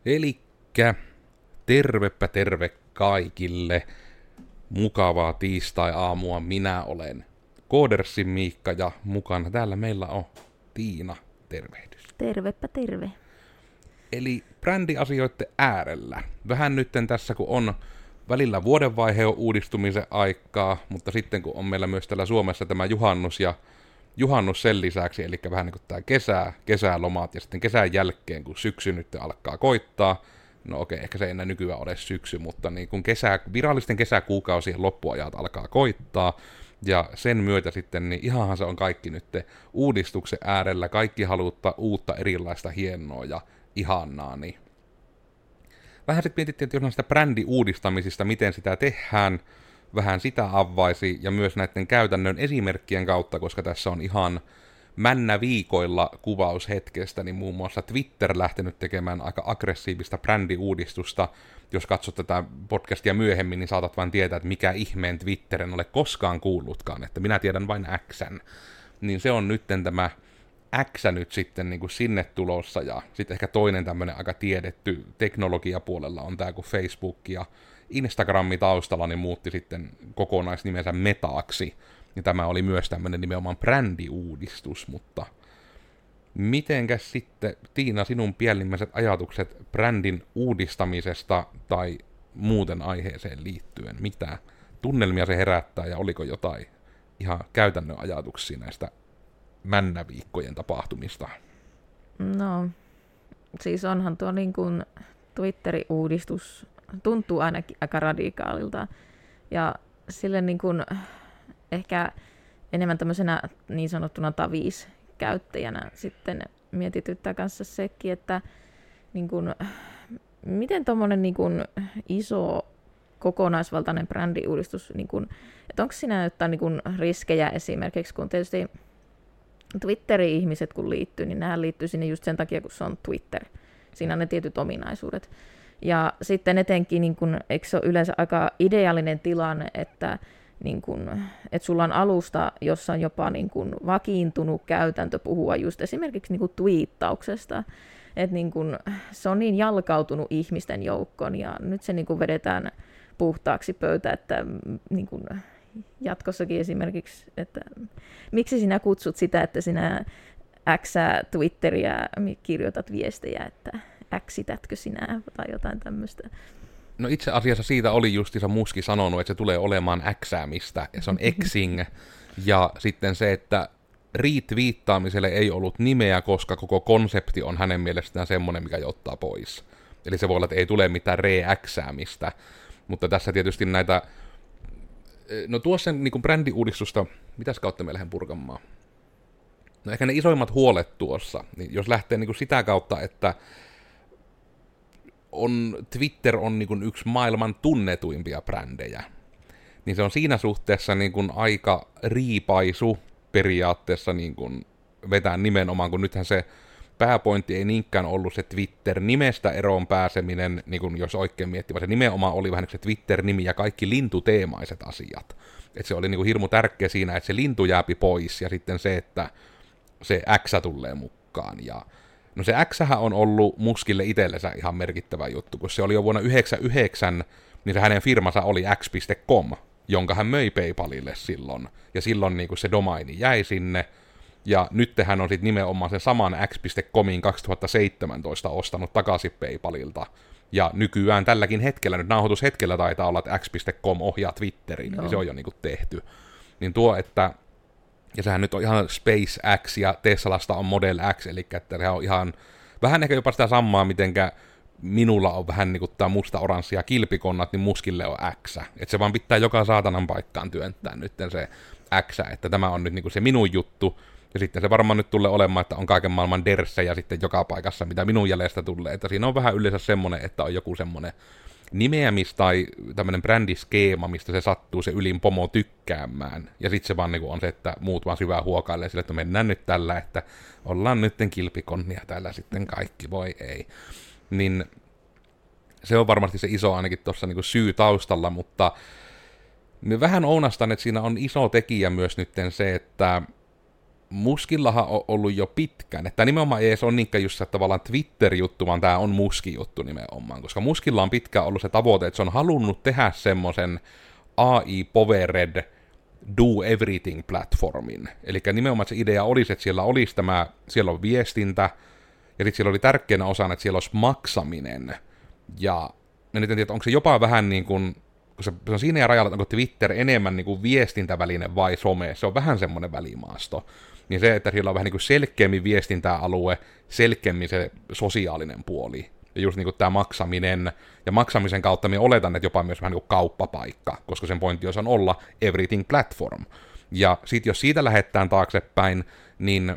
Elikkä tervepä terve kaikille. Mukavaa tiistai-aamua. Minä olen Koodersin Miikka ja mukana täällä meillä on Tiina. Tervehdys. Tervepä terve. Eli brändiasioiden äärellä. Vähän nytten tässä, kun on välillä vuodenvaihe on uudistumisen aikaa, mutta sitten kun on meillä myös täällä Suomessa tämä juhannus sen lisäksi, eli vähän niin kuin tämä kesälomat ja sitten kesän jälkeen, kun syksy nyt alkaa koittaa. No okei, ehkä se ei enää nykyään ole syksy, mutta niin kun virallisten kesäkuukausien loppuajat alkaa koittaa, ja sen myötä sitten, niin ihanhan se on kaikki nyt uudistuksen äärellä, kaikki haluutta uutta erilaista hienoa ja ihannaa, niin vähän sitten mietittiin, että jos on sitä brändiuudistamisista, miten sitä tehdään, vähän sitä avaisi, ja myös näiden käytännön esimerkkien kautta, koska tässä on ihan männä viikoilla kuvaushetkestä, niin muun muassa Twitter lähtenyt tekemään aika aggressiivista brändiuudistusta. Jos katsot tätä podcastia myöhemmin, niin saatat vain tietää, että mikä ihmeen Twitter en ole koskaan kuullutkaan, että minä tiedän vain Xn. Niin se on nytten tämä X nyt sitten niin kuin sinne tulossa, ja sitten ehkä toinen tämmöinen aika tiedetty teknologiapuolella on tämä, kun Facebook ja Instagrami taustalla niin muutti sitten kokonaisnimensä Metaaksi. Ja tämä oli myös tämmöinen nimenomaan brändiuudistus, mutta mitenkäs sitten, Tiina, sinun päällimmäiset ajatukset brändin uudistamisesta tai muuten aiheeseen liittyen? Mitä tunnelmia se herättää ja oliko jotain ihan käytännön ajatuksia näistä männäviikkojen tapahtumista? No, siis onhan tuo niin kuin Twitterin uudistus, tuntuu ainakin aika radikaalilta. Ja sille niin kuin ehkä enemmän tämmöisenä niin sanottuna tavis-käyttäjänä sitten mietityttää kanssa sekin, että niin kuin, miten tuommoinen niin kuin iso kokonaisvaltainen brändiuudistus, niin kuin, että onko siinä jotain niin kuin riskejä esimerkiksi, kun tietysti Twitterin ihmiset kun liittyy, niin nehän liittyy sinne just sen takia, kun se on Twitter. Siinä on ne tietyt ominaisuudet. Ja sitten etenkin, niin kun, eikö se ole yleensä aika ideaalinen tilanne, että, niin kun, että sulla on alusta, jossa on jopa niin kun, vakiintunut käytäntö puhua just esimerkiksi niin kun, twiittauksesta. Että niin kun, se on niin jalkautunut ihmisten joukkoon ja nyt se niin kun, vedetään puhtaaksi pöytä, että niin kun, jatkossakin esimerkiksi, että miksi sinä kutsut sitä, että sinä Twitteriä kirjoitat viestejä, että äksitätkö sinä tai jotain tämmöistä. No itse asiassa siitä oli justiinsa Muski sanonut, että se tulee olemaan äksäämistä, ja se on exing, ja sitten se, että retweettaamiselle ei ollut nimeä, koska koko konsepti on hänen mielestään semmoinen, mikä ottaa pois. Eli se voi olla, että ei tule mitään re-äksäämistä, mutta tässä tietysti näitä, no tuossa niin brändiuudistusta, mitäs kautta me lähden purkamaan? No ehkä ne isoimmat huolet tuossa, niin jos lähtee niin sitä kautta, että Twitter on niin kuin yksi maailman tunnetuimpia brändejä, niin se on siinä suhteessa niin kuin aika riipaisu periaatteessa niin kuin vetää nimenomaan, kun nythän se pääpointti ei niinkään ollut se Twitter-nimestä eroon pääseminen, niin kuin jos oikein miettii, vaan se nimenomaan oli vähän se Twitter-nimi ja kaikki lintuteemaiset asiat. Että se oli niin kuin hirmu tärkeä siinä, että se lintu jääpi pois ja sitten se, että se X tulee mukaan. Ja no se Xhän on ollut Muskille itsellensä ihan merkittävä juttu, kun se oli jo vuonna 1999, niin se hänen firmansa oli x.com, jonka hän möi PayPalille silloin. Ja silloin niin se domaini jäi sinne. Ja nyt hän on sitten nimenomaan sen saman x.comin 2017 ostanut takaisin PayPalilta. Ja nykyään tälläkin hetkellä, nyt nauhoitushetkellä taitaa olla, että x.com ohjaa Twitteriin, eli se on jo niin kuin tehty. Niin tuo, että ja sehän nyt on ihan SpaceX ja Teslasta on Model X, eli että se on ihan vähän ehkä jopa sitä samaa, mitenkä minulla on vähän niin kuin tämä musta-oranssia kilpikonnat, niin Muskille on X. Että se vaan pitää joka saatanan paikkaan työntää nyt se X, että tämä on nyt niin kuin se minun juttu. Ja sitten se varmaan nyt tulee olemaan, että on kaiken maailman derssejä sitten joka paikassa, mitä minun jäljestä tulee. Että siinä on vähän yleensä semmoinen, että on joku semmoinen nimeämis- tai tämmöinen brändiskeema, mistä se sattuu se ylin pomo tykkäämään. Ja sitten se vaan niin on se, että muut vaan syvää huokailee sille, että mennään nyt tällä, että ollaan nytten kilpikonnia täällä sitten kaikki, voi ei. Niin se on varmasti se iso ainakin tuossa niin syy taustalla, mutta me vähän ounastan, että siinä on iso tekijä myös nytten se, että Muskillahan on ollut jo pitkään, että nimenomaan ei edes ole niinkään just se tavallaan Twitter-juttu, vaan tämä on Muski-juttu nimenomaan, koska Muskilla on pitkään ollut se tavoite, että se on halunnut tehdä semmoisen AI-powered do everything-platformin. Eli nimenomaan se idea olisi, että siellä on viestintä, ja sitten siellä oli tärkeänä osana, että siellä olisi maksaminen. Ja nyt en tiedä, onko se jopa vähän niin kuin, kun se on siinä ja rajalla, että onko Twitter enemmän niin kuin viestintäväline vai some, se on vähän semmoinen välimaasto. Niin se, että siellä on vähän niin kuin selkeämmin viestintäalue, selkeämmin se sosiaalinen puoli. Ja just niin kuin tämä maksaminen, ja maksamisen kautta minä oletan, että jopa myös vähän niin kuin kauppapaikka, koska sen pointti on olla everything platform. Ja sitten jos siitä lähdetään taaksepäin, niin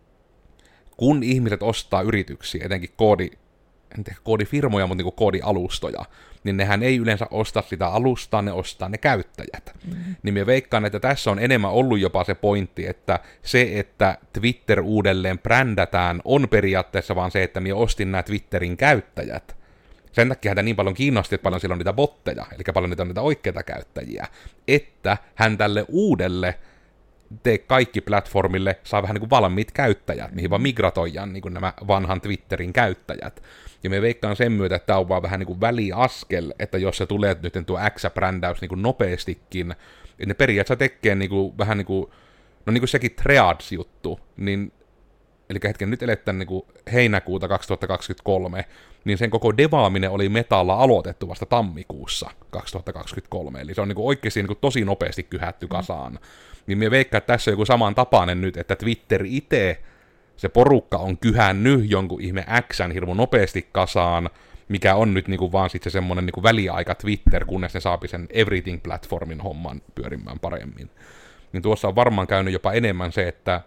kun ihmiset ostaa yrityksiä, etenkin koodifirmoja, mutta niin kuin koodialustoja, niin nehän ei yleensä osta sitä alustaa, ne ostaa ne käyttäjät. Mm-hmm. Niin minä veikkaan, että tässä on enemmän ollut jopa se pointti, että se, että Twitter uudelleen brändätään, on periaatteessa vaan se, että minä ostin nämä Twitterin käyttäjät. Sen takia häntä niin paljon kiinnosti, että paljon siellä on niitä botteja, eli paljon niitä on niitä oikeita käyttäjiä, että hän tälle uudelle tee kaikki platformille saa vähän niin kuin valmiit käyttäjät, mihin vaan migratoidaan niin kuin nämä vanhan Twitterin käyttäjät. Ja me veikkaan sen myötä, että tämä on vaan vähän niin kuin väliaskel, että jos se tulee nyt tuo X-brändäys niin kuin nopeastikin, että ne periaatteessa tekee niin kuin, vähän niin kuin, no niin kuin sekin Threads-juttu, niin, eli hetken nyt eletään niin kuin heinäkuuta 2023, niin sen koko devaaminen oli Metalla aloitettu vasta tammikuussa 2023, eli se on niin kuin oikeasti niin kuin tosi nopeasti kyhätty kasaan. Niin me veikkaan, että tässä on joku samantapainen nyt, että Twitter itse, se porukka on kyhännyt jonkun ihme X:n hirmu nopeasti kasaan, mikä on nyt niinku vaan sitten se semmoinen niinku väliaika Twitter, kunnes ne saapi sen Everything-platformin homman pyörimään paremmin. Niin tuossa on varmaan käynyt jopa enemmän se, että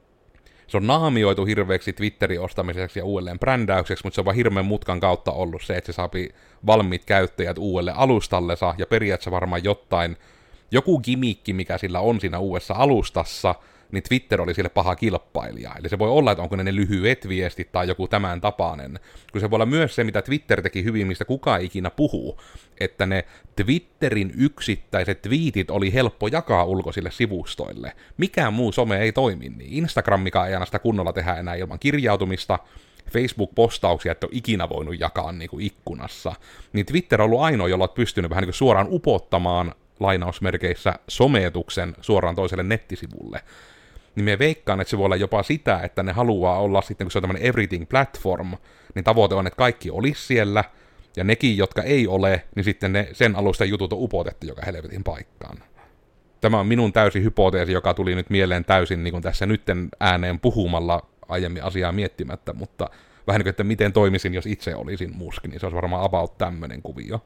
se on naamioitu hirveäksi Twitterin ostamiseksi ja uudelleen brändäykseksi, mutta se on vaan hirveän mutkan kautta ollut se, että se saapi valmiit käyttäjät uudelle alustallensa, ja periaatteessa varmaan joku gimikki, mikä sillä on siinä uudessa alustassa, niin Twitter oli sille paha kilpailija. Eli se voi olla, että onko ne lyhyet viestit tai joku tämän tapainen. Kun se voi olla myös se, mitä Twitter teki hyvin, mistä kukaan ikinä puhuu, että ne Twitterin yksittäiset twiitit oli helppo jakaa ulkoisille sivustoille. Mikään muu some ei toimi niin. Instagramikaan ei aina sitä kunnolla tehdä enää ilman kirjautumista. Facebook-postauksia et ole ikinä voinut jakaa niin kuin ikkunassa. Niin Twitter on ollut ainoa, jolla on pystynyt vähän niin kuin suoraan upottamaan lainausmerkeissä someetuksen suoraan toiselle nettisivulle. Niin me veikkaan, että se voi olla jopa sitä, että ne haluaa olla sitten, kun se on tämmöinen everything platform, niin tavoite on, että kaikki olisi siellä, ja nekin, jotka ei ole, niin sitten sen alusta jutut on upotettu joka helvetin paikkaan. Tämä on minun täysi hypoteesi, joka tuli nyt mieleen täysin niin kuin tässä nytten ääneen puhumalla aiemmin asiaa miettimättä, mutta vähän niin kuin, että miten toimisin, jos itse olisin Musk, niin se olisi varmaan about tämmöinen kuvio.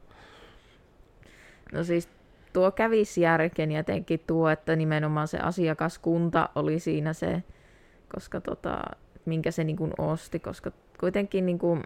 No siis tuo kävisi järkeen, jotenkin tuo, että nimenomaan se asiakaskunta oli siinä se, koska minkä se niin kuin osti, koska kuitenkin niin kuin,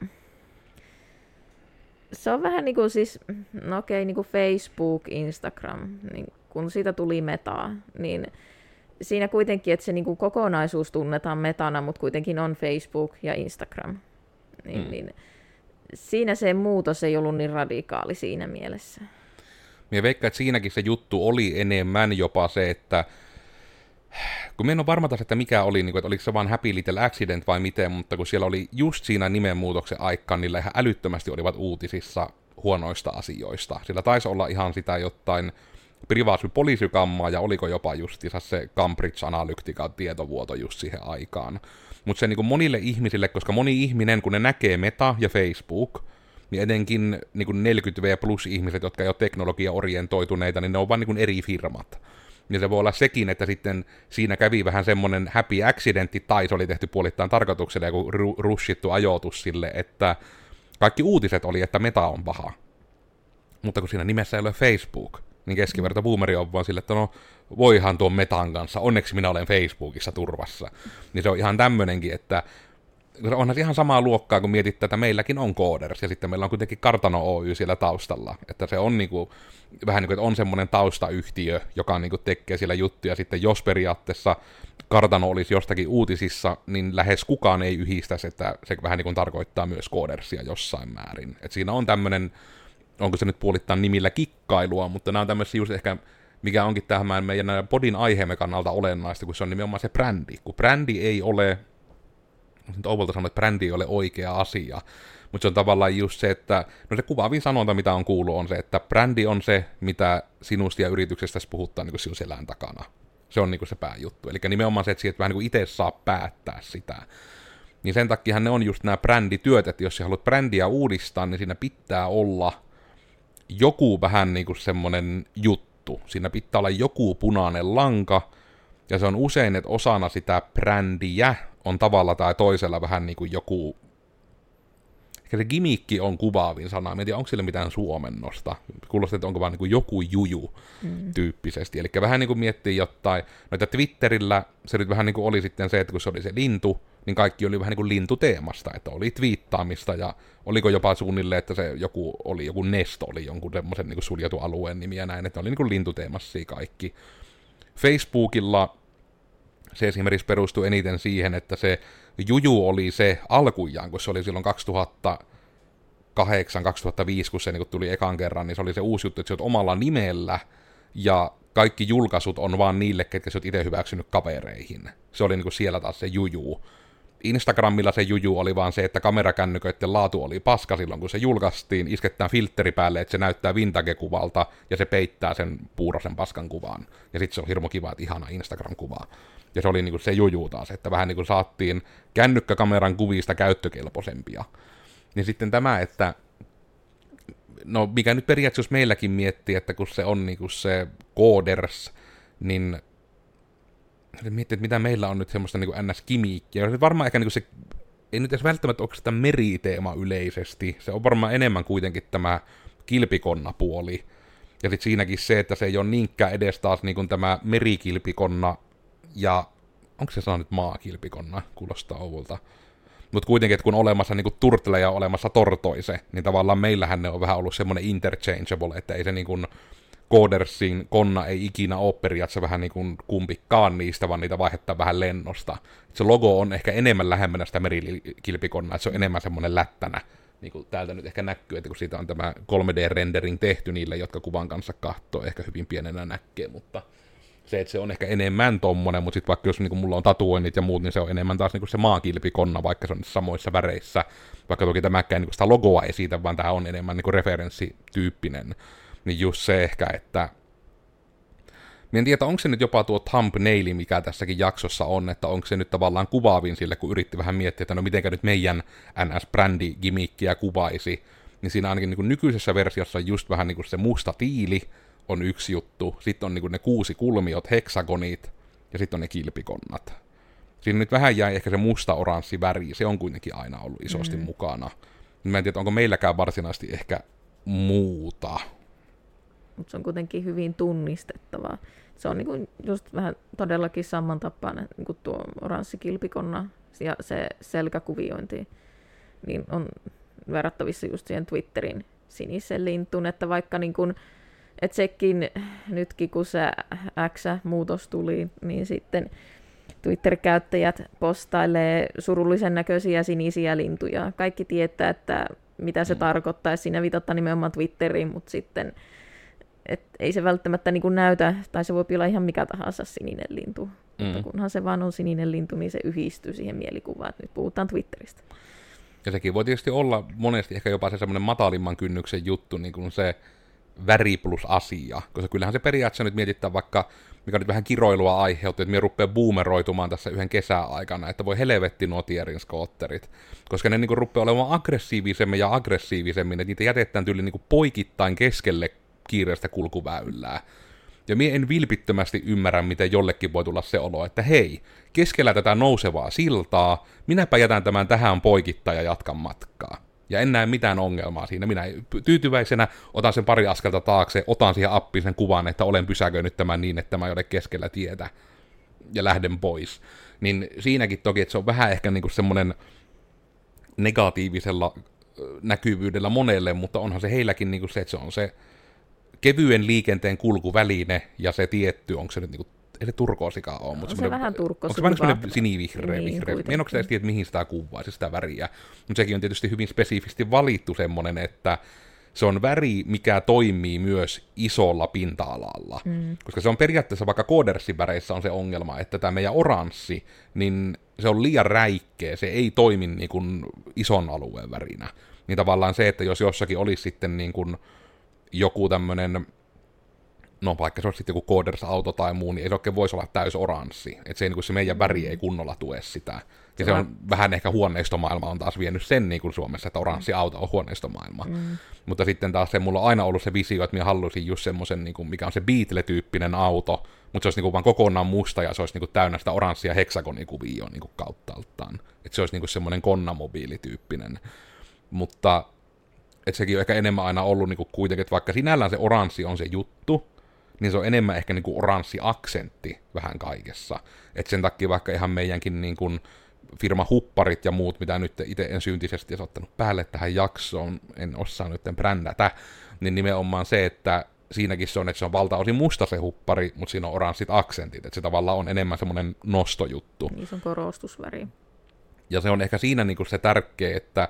se on vähän niin kuin siis, no okei, niin kuin Facebook, Instagram, niin kun siitä tuli metaa, niin siinä kuitenkin, että se niin kuin kokonaisuus tunnetaan metana, mutta kuitenkin on Facebook ja Instagram, niin siinä se muutos ei ollut niin radikaali siinä mielessä. Minä veikkaan, että siinäkin se juttu oli enemmän jopa se, että kun minä en ole varma taas, että mikä oli, niin kuin, että oliko se vaan Happy Little Accident vai miten, mutta kun siellä oli just siinä nimenmuutoksen aikaan, niillä ihan älyttömästi olivat uutisissa huonoista asioista. Sillä taisi olla ihan sitä jotain privacy-poliisikammaa, ja oliko jopa justiinsa se Cambridge Analytica tietovuoto just siihen aikaan. Mutta se niin kuin monille ihmisille, koska moni ihminen, kun ne näkee Meta ja Facebook, niin etenkin niin 40V plus ihmiset, jotka ei ole teknologia-orientoituneita, niin ne on vaan niin eri firmat. Ja se voi olla sekin, että sitten siinä kävi vähän semmoinen happy accidentti, tai se oli tehty puolittain tarkoituksella, joku rushittu ajoitus sille, että kaikki uutiset oli, että Meta on paha. Mutta kun siinä nimessä ei ole Facebook, niin keskiverto boomeri on vaan sille, että no voihan tuon Metan kanssa, onneksi minä olen Facebookissa turvassa. Niin se on ihan tämmönenkin, että onhan se ihan samaa luokkaa, kun mietit, että meilläkin on Coders, ja sitten meillä on kuitenkin Kartano Oy siellä taustalla. Että se on niinku, vähän niin kuin, että on semmoinen taustayhtiö, joka niinku tekee siellä juttuja. Sitten jos periaatteessa Kartano olisi jostakin uutisissa, niin lähes kukaan ei yhdistäisi, että se vähän niin kuin tarkoittaa myös Codersia jossain määrin. Että siinä on tämmöinen, onko se nyt puolittain nimillä kikkailua, mutta nämä on tämmöisiä just ehkä mikä onkin tähän meidän podin aiheemme kannalta olennaista, kun se on nimenomaan se brändi. Kun brändi ei ole, Ouvolta sanoi, että brändi ei ole oikea asia, mutta se on tavallaan just se, että no se kuvaavin sanonta, mitä on kuullut, on se, että brändi on se, mitä sinusta ja yrityksestä puhuttaa niin kuin sinun selän takana. Se on niin kuin se pääjuttu. Eli nimenomaan se, että siitä vähän niin kuin itse saa päättää sitä. Niin sen takia ne on just nämä brändityöt, että jos sä haluat brändiä uudistaa, niin siinä pitää olla joku vähän niin kuin semmoinen juttu. Siinä pitää olla joku punainen lanka, ja se on usein, että osana sitä brändiä on tavalla tai toisella vähän niin kuin joku. Ehkä se gimmickki on kuvaavin sana. Mä en tiedä, onko sille mitään suomennosta. Kuulostaa, että onko vaan niin kuin joku juju tyyppisesti. Eli vähän niin kuin miettii jotain. Noita Twitterillä se nyt vähän niin kuin oli sitten se, että kun se oli se lintu, niin kaikki oli vähän niin kuin lintuteemasta. Että oli twiittaamista ja oliko jopa suunnilleen, että se joku Nest oli jonkun semmoisen niin kuin suljetun alueen nimi ja näin. Että oli niin kuin lintuteemassa kaikki. Facebookilla se esimerkiksi perustui eniten siihen, että se juju oli se alkujaan, kun se oli silloin 2008-2005, kun se niin tuli ekan kerran, niin se oli se uusi juttu, että se on omalla nimellä, ja kaikki julkaisut on vaan niille, ketkä sä oot itse hyväksynyt kavereihin. Se oli niin siellä taas se juju. Instagramilla se juju oli vaan se, että kamerakännyköiden laatu oli paska silloin, kun se julkaistiin, isketään filtteri päälle, että se näyttää vintage-kuvalta, ja se peittää sen puurosen paskan kuvaan. Ja sitten se on hirmu kiva, että ihana Instagram-kuva. Ja se oli niinku se juju taas, että vähän niinku saattiin kännykkäkameran kuvista käyttökelpoisempia. Niin sitten tämä, että no mikä nyt periaatteessa jos meilläkin miettii, että kun se on niinku se coders, niin miettii, että mitä meillä on nyt semmoista niinku ns-gimmiikkiä. Se varmaan ehkä niinku se, ei nyt edes välttämättä ole sitä meriteema yleisesti, se on varmaan enemmän kuitenkin tämä kilpikonnapuoli. Ja sitten siinäkin se, että se ei ole niinkään edes taas niinku tämä merikilpikonna, ja onko se sana nyt maakilpikonna, kuulostaa Oulta. Mutta kuitenkin, että kun on olemassa niin turtle ja olemassa tortoise, niin tavallaan meillähän ne on vähän ollut semmoinen interchangeable, että ei se niin kuin Codersin konna ei ikinä ole periaatteessa vähän niin kuin kumpikaan niistä, vaan niitä vaihdetaan vähän lennosta. Se logo on ehkä enemmän lähemmänä sitä merikilpikonnaa, että se on enemmän semmoinen lättänä. Niin kuin täältä nyt ehkä näkyy, että kun siitä on tämä 3D-rendering tehty niille, jotka kuvan kanssa katsoo, ehkä hyvin pienenä näkee, mutta se, että se on ehkä enemmän tommonen, mutta sitten vaikka jos niin mulla on tatuoinnit ja muut, niin se on enemmän taas niin se maakilpikonna, vaikka se on samoissa väreissä. Vaikka toki tämäkään niin sitä logoa esitä, vaan tämä on enemmän niin referenssityyppinen. Niin just se ehkä, että mä en tiedä, onko se nyt jopa tuo thumbnaili, mikä tässäkin jaksossa on, että onko se nyt tavallaan kuvaavin sille, kun yritti vähän miettiä, että no mitenkä nyt meidän NS-brändi-gimmickkiä kuvaisi, niin siinä ainakin niin nykyisessä versiossa just vähän niin kuin se musta tiili on yksi juttu, sitten on niin kuin ne 6 kulmiot, heksagonit, ja sitten on ne kilpikonnat. Siinä nyt vähän jäi ehkä se musta-oranssi väri, se on kuitenkin aina ollut isosti mukana. Mä en tiedä, onko meilläkään varsinaisesti ehkä muuta. Mutta se on kuitenkin hyvin tunnistettavaa. Se on niinku just vähän todellakin samantapainen niinku tuo oranssi kilpikonna ja se selkäkuviointi, niin on verrattavissa just siihen Twitterin sinisen lintuun, että vaikka niinku, et sekin nytkin kun se X-muutos tuli, niin sitten Twitter-käyttäjät postailee surullisen näköisiä sinisiä lintuja. Kaikki tietää, että mitä se tarkoittaa, ja siinä viitataan nimenomaan Twitteriin, mutta sitten ei se välttämättä niin kuin näytä, tai se voi olla ihan mikä tahansa sininen lintu. Mutta kunhan se vaan on sininen lintu, niin se yhdistyy siihen mielikuvaan, että nyt puhutaan Twitteristä. Ja sekin voi tietysti olla monesti ehkä jopa se semmoinen matalimman kynnyksen juttu, niin kuin se väri plus asia, koska kyllähän se periaatteessa nyt mietitään vaikka, mikä nyt vähän kiroilua aiheutti, että me rupeaa boomeroitumaan tässä yhden kesäaikana, että voi helvetti nuo tierin skootterit, koska ne niin kuin rupeaa olemaan aggressiivisemmin ja aggressiivisemmin, että niitä jätetään tyyli niin kuin poikittain keskelle kiireistä kulkuväylää. Ja mie en vilpittömästi ymmärrä, miten jollekin voi tulla se olo, että hei, keskellä tätä nousevaa siltaa, minäpä jätän tämän tähän poikittain ja jatkan matkaa. Ja en näe mitään ongelmaa siinä. Minä tyytyväisenä otan sen pari askelta taakse, otan siihen appiin sen kuvan, että olen pysäköinyt tämän niin, että mä ei ole keskellä tietä, ja lähden pois. Niin siinäkin toki, että se on vähän ehkä niinku semmoinen negatiivisella näkyvyydellä monelle, mutta onhan se heilläkin niinku se, että se on se kevyen liikenteen kulkuväline, ja se tietty, onko se nyt niinku, ei se turkoosikaan ole, mutta se vähän turkoosi. Onko se vähän semmoinen sinivihreä, vihreä? En onko se edes tiedä, mihin sitä kuvaisi, sitä väriä. Mutta sekin on tietysti hyvin spesifisti valittu semmoinen, että se on väri, mikä toimii myös isolla pinta-alalla. Koska se on periaatteessa, vaikka Codersin väreissä on se ongelma, että tämä meidän oranssi, niin se on liian räikkeä, se ei toimi niin kuin ison alueen värinä. Niin tavallaan se, että jos jossakin olisi sitten niin kuin joku tämmöinen, no vaikka se olisi sitten joku Coders-auto tai muu, niin ei se oikein voisi olla täys oranssi. Että se, niin kuin se meidän väri ei kunnolla tue sitä. Ja se on vähän ehkä huoneistomaailma on taas vienyt sen niin kuin Suomessa, että oranssi auto on huoneistomaailma. Mutta sitten taas se, mulla on aina ollut se visio, että minä haluaisin just semmoisen, niin kuin, mikä on se Beatle-tyyppinen auto, mutta se olisi niin kuin vaan kokonaan musta ja se olisi niin kuin täynnä sitä oranssia heksagonikuvioon niin kuin kauttaaltaan. Että se olisi niin kuin semmoinen konnamobiilityyppinen. Mutta että sekin on ehkä enemmän aina ollut niin kuin kuitenkin, että vaikka sinällään se oranssi on se juttu, niin se on enemmän ehkä niin kuin oranssi-aksentti vähän kaikessa. Että sen takia vaikka ihan meidänkin niin kuin firma hupparit ja muut, mitä nyt itse en syntisesti olisi ottanut päälle tähän jaksoon, en osaa nyt brändätä, niin nimenomaan se, että siinäkin se on, että se on valtaosin musta se huppari, mutta siinä on oranssit aksentit, että se tavallaan on enemmän semmoinen nostojuttu. Niin se on korostusväri. Ja se on ehkä siinä niin kuin se tärkeä, että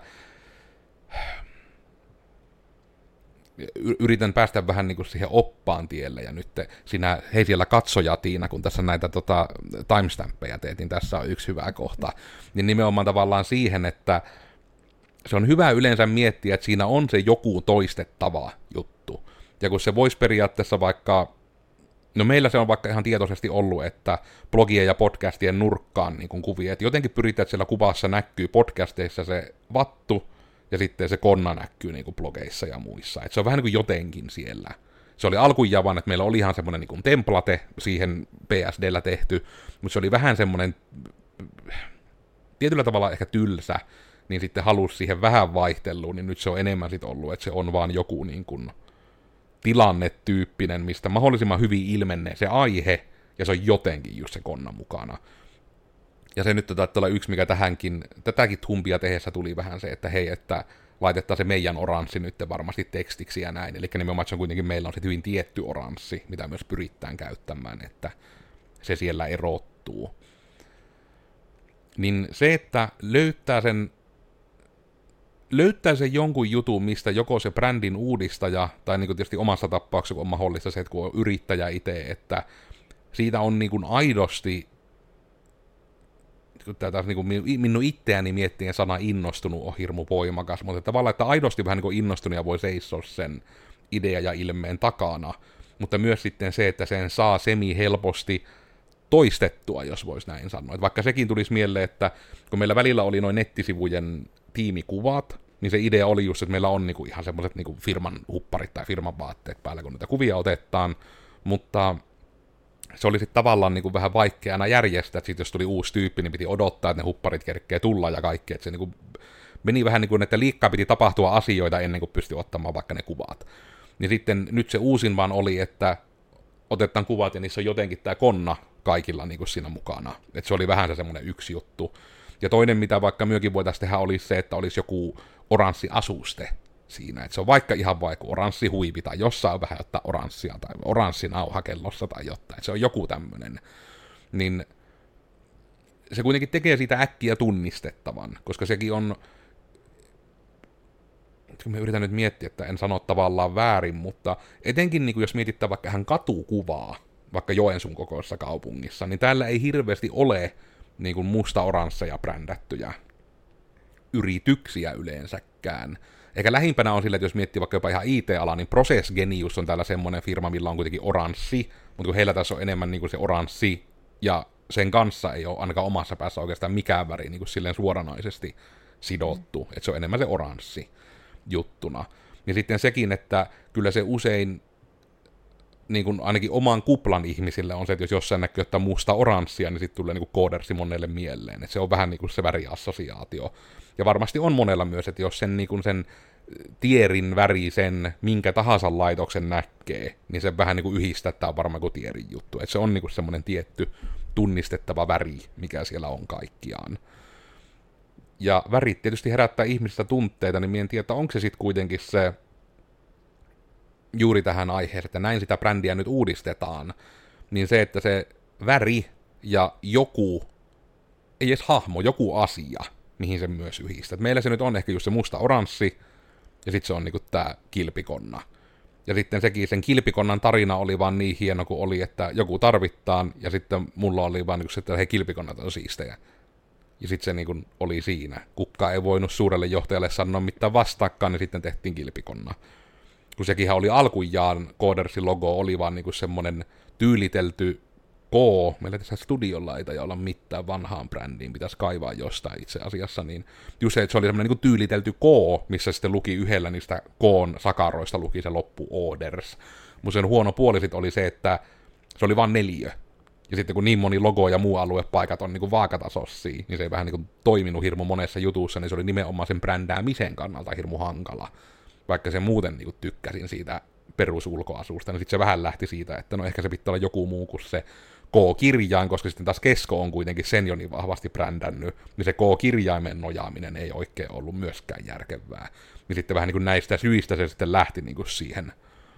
yritän päästä vähän niin kuin siihen oppaan tielle, ja nyt sinä, hei siellä katsoja Tiina, kun tässä näitä timestampeja teet, niin tässä on yksi hyvä kohta, niin nimenomaan tavallaan siihen, että se on hyvä yleensä miettiä, että siinä on se joku toistettava juttu, ja kun se voisi periaatteessa vaikka, no meillä se on vaikka ihan tietoisesti ollut, että blogien ja podcastien nurkkaan niin kuin kuvia, että jotenkin pyritään, että siellä kuvassa näkyy podcasteissa se vattu, ja sitten se konna näkyy niin kuin blogeissa ja muissa. Et se on vähän niin kuin jotenkin siellä. Se oli alkujaan vaan, että meillä oli ihan semmoinen niin kuin template siihen PSD:llä tehty, mutta se oli vähän semmoinen tietyllä tavalla ehkä tylsä, niin sitten halusi siihen vähän vaihteluun, niin nyt se on enemmän sitten ollut, että se on vaan joku niin kuin tilannetyyppinen, mistä mahdollisimman hyvin ilmenee se aihe, ja se on jotenkin just se konna mukana. Ja se nyt taitaa olla yksi, mikä tätäkin humpia tehdessä tuli vähän se, että hei, että laitetaan se meidän oranssi nyt varmasti tekstiksi ja näin. Eli nimenomaan se on kuitenkin, meillä on se hyvin tietty oranssi, mitä myös pyritään käyttämään, että se siellä erottuu. Niin se, että löytää sen jonkun jutun, mistä joko se brändin uudistaja, tai niin kuin tietysti omassa tapauksessa, kun on mahdollista se, että kun on yrittäjä itse, että siitä on niin kuin aidosti, kun tämä taas niin minun itseäni miettien sana innostunut on hirmu voimakas, mutta tavallaan, että aidosti vähän niin kuin innostunut ja voi seisoa sen idea ja ilmeen takana, mutta myös sitten se, että sen saa semi-helposti toistettua, jos voisi näin sanoa. Että vaikka sekin tulisi mieleen, että kun meillä välillä oli noin nettisivujen tiimikuvat, niin se idea oli just, että meillä on niinku ihan semmoiset niinku firman hupparit tai firman vaatteet päällä, kun niitä kuvia otetaan, mutta se oli sitten tavallaan niinku vähän vaikeana järjestää, että sit jos tuli uusi tyyppi, niin piti odottaa, että ne hupparit kerkee tulla ja kaikki, että se niinku meni vähän niin kuin, että liikkaa piti tapahtua asioita ennen kuin pystyi ottamaan vaikka ne kuvat. Niin sitten nyt se uusin vaan oli, että otetaan kuvat ja niissä on jotenkin tämä konna kaikilla niin kuin siinä mukana. Että se oli vähän se semmoinen yksi juttu. Ja toinen, mitä vaikka myökin voitaisiin tehdä, olisi se, että olisi joku oranssi asuste siinä. Että se on vaikka ihan vaikka oranssi huipi tai jossain on vähän jotain oranssia tai oranssi nauha kellossa tai jotain. Että se on joku tämmöinen. Niin se kuitenkin tekee siitä äkkiä tunnistettavan, koska sekin on, kun mä yritän nyt miettiä, että en sano tavallaan väärin, mutta etenkin niin kuin jos mietitään vaikka ihan katukuvaa, vaikka Joensuun kokoisessa kaupungissa, niin täällä ei hirveästi ole niin kuin musta-oransseja brändättyjä yrityksiä yleensäkään. Eikä lähimpänä on sillä, että jos miettii vaikka jopa ihan IT-ala, niin Process Genius on täällä semmoinen firma, millä on kuitenkin oranssi, mutta kun heillä tässä on enemmän niin kuin se oranssi, ja sen kanssa ei ole ainakaan omassa päässä oikeastaan mikään väri niin kuin silleen suoranaisesti sidottu, että se on enemmän se oranssi juttuna. Ja sitten sekin, että kyllä se usein niin kuin ainakin oman kuplan ihmisille on se, että jos jossain näkyy jotain musta oranssia, niin sitten tulee niin kuin Codersi monelle mieleen. Että se on vähän niin kuin se väriassosiaatio. Ja varmasti on monella myös, että jos sen, niin kuin sen tierin väri sen minkä tahansa laitoksen näkee, niin se vähän niin kuin yhdistää, että tämä on varmaan kuin tierin juttu. Että se on niin kuin semmoinen tietty tunnistettava väri, mikä siellä on kaikkiaan. Ja värit tietysti herättää ihmistä tunteita, niin en tiedä, että onko se sitten kuitenkin se juuri tähän aiheeseen, että näin sitä brändiä nyt uudistetaan, niin se, että se väri ja joku, ei edes hahmo, joku asia, mihin se myös yhdistää. Meillä se nyt on ehkä just se musta oranssi, ja sitten se on niinku tää kilpikonna. Ja sitten sen kilpikonnan tarina oli vaan niin hieno kuin oli, että joku tarvittaan, ja sitten mulla oli vaan niinku se, että hei, kilpikonnat on siistejä. Ja sitten se niinku oli siinä. Kukaan ei voinut suurelle johtajalle sanoa mitään vastaakaan, niin sitten tehtiin kilpikonna. Kun sekinhän oli alkujaan, Codersin logo oli vaan niinku semmonen tyylitelty K. Meillä tässä studiolla ei taida olla mitään vanhaan brändiin, pitäisi kaivaa jostain itse asiassa, niin just se, että se oli semmoinen niin tyylitelty K, missä sitten luki yhdellä niistä K:n sakaroista luki se loppu Orders. Mutta sen huono puoli sitten oli se, että se oli vain 4. Ja sitten kun niin moni logo ja muu aluepaikat on niin vaakatasossia, niin se ei vähän niin toiminut hirmu monessa jutussa, niin se oli nimenomaan sen brändäämisen kannalta hirmu hankala. Vaikka se muuten niin tykkäsin siitä perusulkoasusta, niin sitten se vähän lähti siitä, että no ehkä se pitää olla joku muu kuin se K-kirjain, koska sitten taas Kesko on kuitenkin sen jo niin vahvasti brändännyt, niin se K-kirjaimen nojaaminen ei oikein ollut myöskään järkevää. Niin sitten vähän niin kuin näistä syistä se sitten lähti niin kuin siihen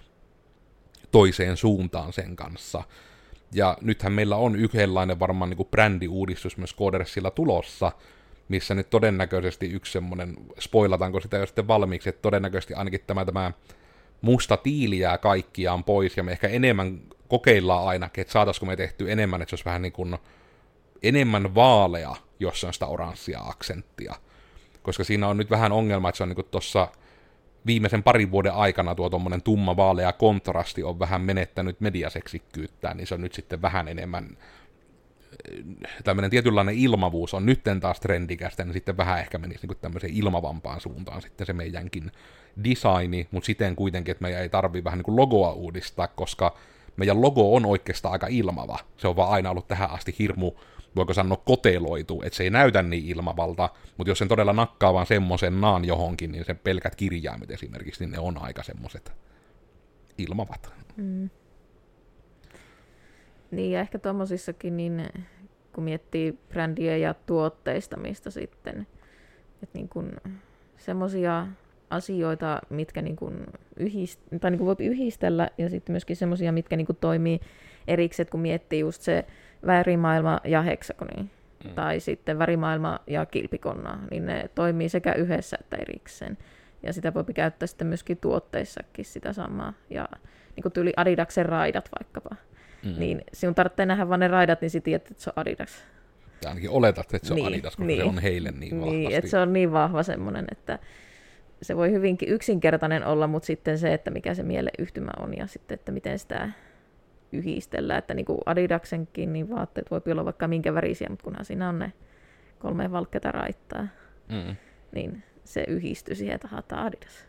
toiseen suuntaan sen kanssa. Ja nythän meillä on yhdenlainen varmaan niin kuin brändiuudistus myös Codersilla tulossa, missä nyt todennäköisesti yksi semmoinen, spoilataanko sitä jo sitten valmiiksi, että todennäköisesti ainakin tämä musta tiili jää kaikkiaan pois, ja me ehkä enemmän kokeillaan ainakin, että saataisiko me tehty enemmän, että se olisi vähän niin kuin enemmän vaalea, jos on sitä oranssia aksenttia. Koska siinä on nyt vähän ongelma, että se on niin kuin tuossa viimeisen parin vuoden aikana tuo tommonen tumma vaalea kontrasti on vähän menettänyt mediaseksikkyyttään, niin se on nyt sitten vähän enemmän tämmöinen tietynlainen ilmavuus on nytten taas trendikästä, niin sitten vähän ehkä menisi niin kuin tämmöiseen ilmavampaan suuntaan sitten se meidänkin designi, mutta siten kuitenkin, että meidän ei tarvitse vähän niin kuin logoa uudistaa, koska meidän logo on oikeastaan aika ilmava. Se on vaan aina ollut tähän asti hirmu, voiko sanoa, koteloitu, että se ei näytä niin ilmavalta, mutta jos sen todella nakkaa vaan semmoisen naan johonkin, niin se pelkät kirjaimet esimerkiksi, niin ne on aika semmoiset ilmavat. Mm. Niin, ja ehkä tommosissakin, niin kun miettii brändiä ja tuotteistamista sitten, että niin kun semmosia asioita, mitkä niin kun tai niin kun voi yhdistellä, ja sitten myöskin semmosia, mitkä niin kun toimii erikseen, kun miettii just se värimaailma ja heksagoni, tai sitten värimaailma ja kilpikonna, niin ne toimii sekä yhdessä että erikseen. Ja sitä voi käyttää sitten myöskin tuotteissakin sitä samaa, ja niin kuin tyyli Adidaksen raidat vaikkapa. Niin sinun tarvitsee nähdä vaan ne raidat, niin sitten tiedät, että se on Adidas. Ja ainakin oletat, että se on Adidas, koska se on heille niin vahvasti. Niin, että se on niin vahva semmoinen, että se voi hyvinkin yksinkertainen olla, mutta sitten se, että mikä se mieleyhtymä on ja sitten, että miten sitä yhdistellään. Että niin kuin Adidaksenkin niin vaatteet voi olla vaikka minkä värisiä, mutta kunhan siinä on ne 3 valkkeita raittaa, niin se yhdistyy siihen, että haetaan Adidas.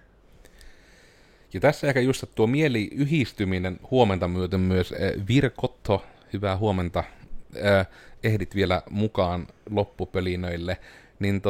Ja tässä ehkä just tuo mieliyhdistyminen, huomenta myöten myös Virkotto, hyvää huomenta, ehdit vielä mukaan loppupölinöille, niin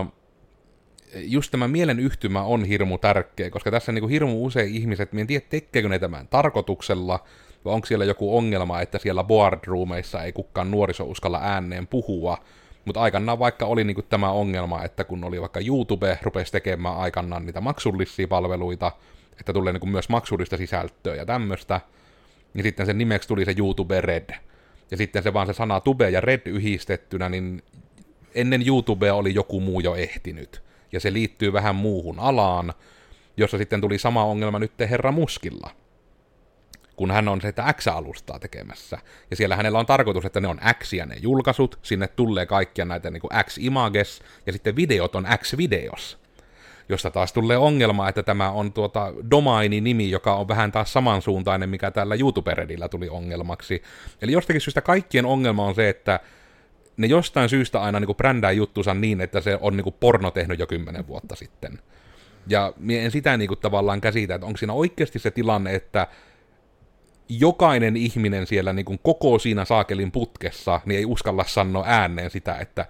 just tämä mielen yhtymä on hirmu tärkeä, koska tässä niin kuin hirmu usein ihmiset, en tiedä tekeekö ne tämän tarkoituksella, vai onko siellä joku ongelma, että siellä boardroomeissa ei kukaan nuoriso uskalla ääneen puhua, mutta aikanaan vaikka oli niin kuin tämä ongelma, että kun oli vaikka YouTube rupesi tekemään aikanaan niitä maksullisia palveluita, että tulee niin kuin myös maksullista sisältöä ja tämmöistä, niin sitten sen nimeksi tuli se YouTube Red. Ja sitten se vaan se sana Tube ja Red yhdistettynä, niin ennen YouTubea oli joku muu jo ehtinyt. Ja se liittyy vähän muuhun alaan, jossa sitten tuli sama ongelma nyt Herra Muskilla, kun hän on sitä X-alustaa tekemässä. Ja siellä hänellä on tarkoitus, että ne on X ja ne julkaisut, sinne tulee kaikkia näitä niin kuin X-images, ja sitten videot on X-videos. Josta taas tulee ongelma, että tämä on domaini-nimi, joka on vähän taas samansuuntainen, mikä tällä YouTube-redillä tuli ongelmaksi. Eli jostakin syystä kaikkien ongelma on se, että ne jostain syystä aina niin brändää juttunsa niin, että se on niin porno tehnyt jo 10 vuotta sitten. Ja en sitä niin tavallaan käsitä, että onko siinä oikeasti se tilanne, että jokainen ihminen siellä niin koko siinä saakelin putkessa niin ei uskalla sanoa ääneen sitä, että